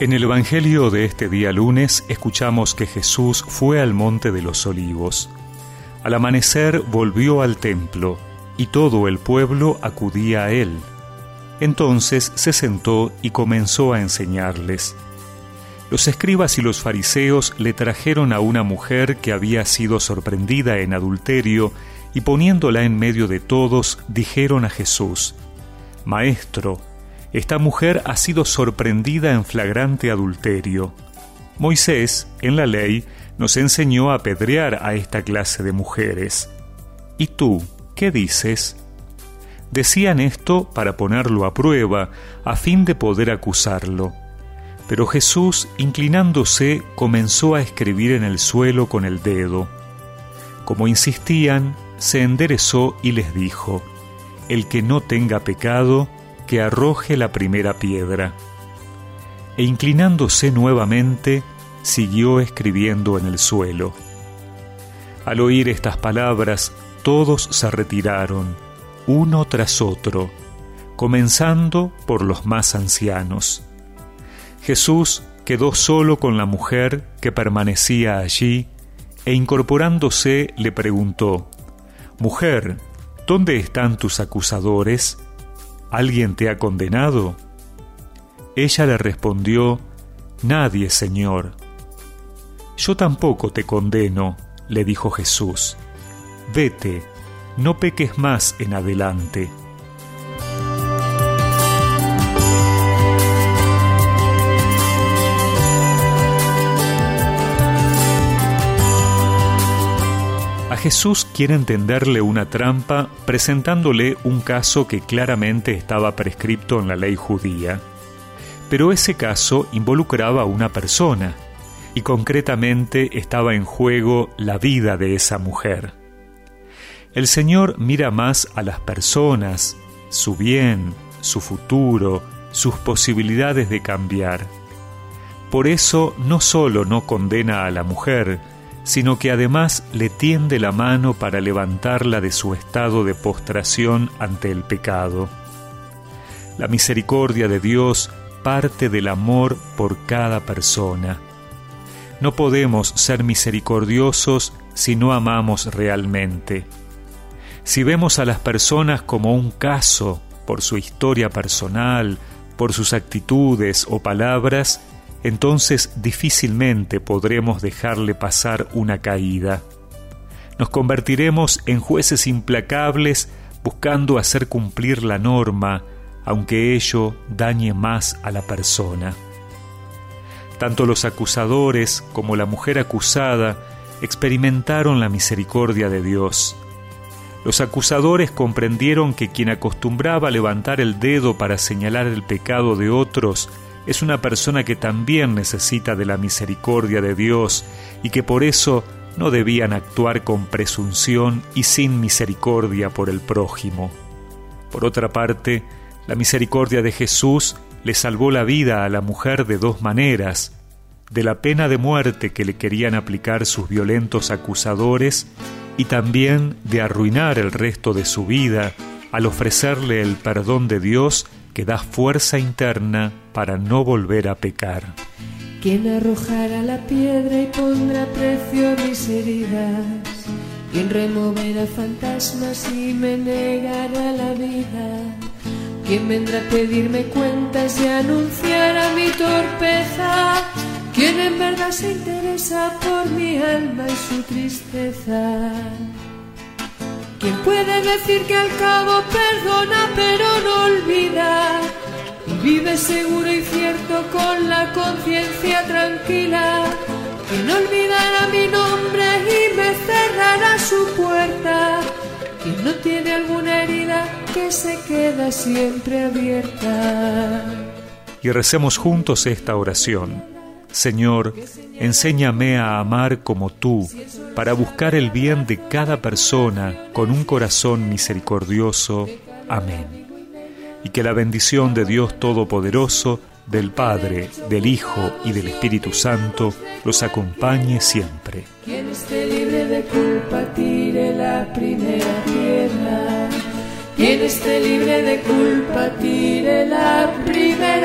En el Evangelio de este día lunes escuchamos que Jesús fue al Monte de los Olivos. Al amanecer volvió al templo y todo el pueblo acudía a él. Entonces se sentó y comenzó a enseñarles. Los escribas y los fariseos le trajeron a una mujer que había sido sorprendida en adulterio y poniéndola en medio de todos, dijeron a Jesús: «Maestro, esta mujer ha sido sorprendida en flagrante adulterio. Moisés, en la ley, nos enseñó a apedrear a esta clase de mujeres. ¿Y tú, qué dices?». Decían esto para ponerlo a prueba, a fin de poder acusarlo. Pero Jesús, inclinándose, comenzó a escribir en el suelo con el dedo. Como insistían, se enderezó y les dijo: «El que no tenga pecado, que arroje la primera piedra». E inclinándose nuevamente, siguió escribiendo en el suelo. Al oír estas palabras, todos se retiraron, uno tras otro, comenzando por los más ancianos. Jesús quedó solo con la mujer que permanecía allí, e incorporándose le preguntó: «Mujer, ¿dónde están tus acusadores? ¿Alguien te ha condenado?». Ella le respondió: «Nadie, Señor». «Yo tampoco te condeno», le dijo Jesús. «Vete, no peques más en adelante». A Jesús quieren tenderle una trampa presentándole un caso que claramente estaba prescripto en la ley judía. Pero ese caso involucraba a una persona, y concretamente estaba en juego la vida de esa mujer. El Señor mira más a las personas, su bien, su futuro, sus posibilidades de cambiar. Por eso no solo no condena a la mujer, sino que además le tiende la mano para levantarla de su estado de postración ante el pecado. La misericordia de Dios parte del amor por cada persona. No podemos ser misericordiosos si no amamos realmente. Si vemos a las personas como un caso, por su historia personal, por sus actitudes o palabras, entonces difícilmente podremos dejarle pasar una caída. Nos convertiremos en jueces implacables buscando hacer cumplir la norma, aunque ello dañe más a la persona. Tanto los acusadores como la mujer acusada experimentaron la misericordia de Dios. Los acusadores comprendieron que quien acostumbraba a levantar el dedo para señalar el pecado de otros es una persona que también necesita de la misericordia de Dios y que por eso no debían actuar con presunción y sin misericordia por el prójimo. Por otra parte, la misericordia de Jesús le salvó la vida a la mujer de dos maneras: de la pena de muerte que le querían aplicar sus violentos acusadores y también de arruinar el resto de su vida al ofrecerle el perdón de Dios que da fuerza interna para no volver a pecar. ¿Quién arrojará la piedra y pondrá precio a mis heridas? ¿Quién removerá fantasmas y me negará la vida? ¿Quién vendrá a pedirme cuentas y anunciará mi torpeza? ¿Quién en verdad se interesa por mi alma y su tristeza? ¿Quién puede decir que al cabo perdona pero no olvida? Y vive seguro y cierto con la conciencia tranquila. ¿Quién olvidará mi nombre y me cerrará su puerta? ¿Quién no tiene alguna herida que se queda siempre abierta? Y recemos juntos esta oración. Señor, enséñame a amar como tú, para buscar el bien de cada persona con un corazón misericordioso. Amén. Y que la bendición de Dios Todopoderoso, del Padre, del Hijo y del Espíritu Santo los acompañe siempre. Quien esté libre de culpa, tire la primera piedra. Quien esté libre de culpa, tire la primera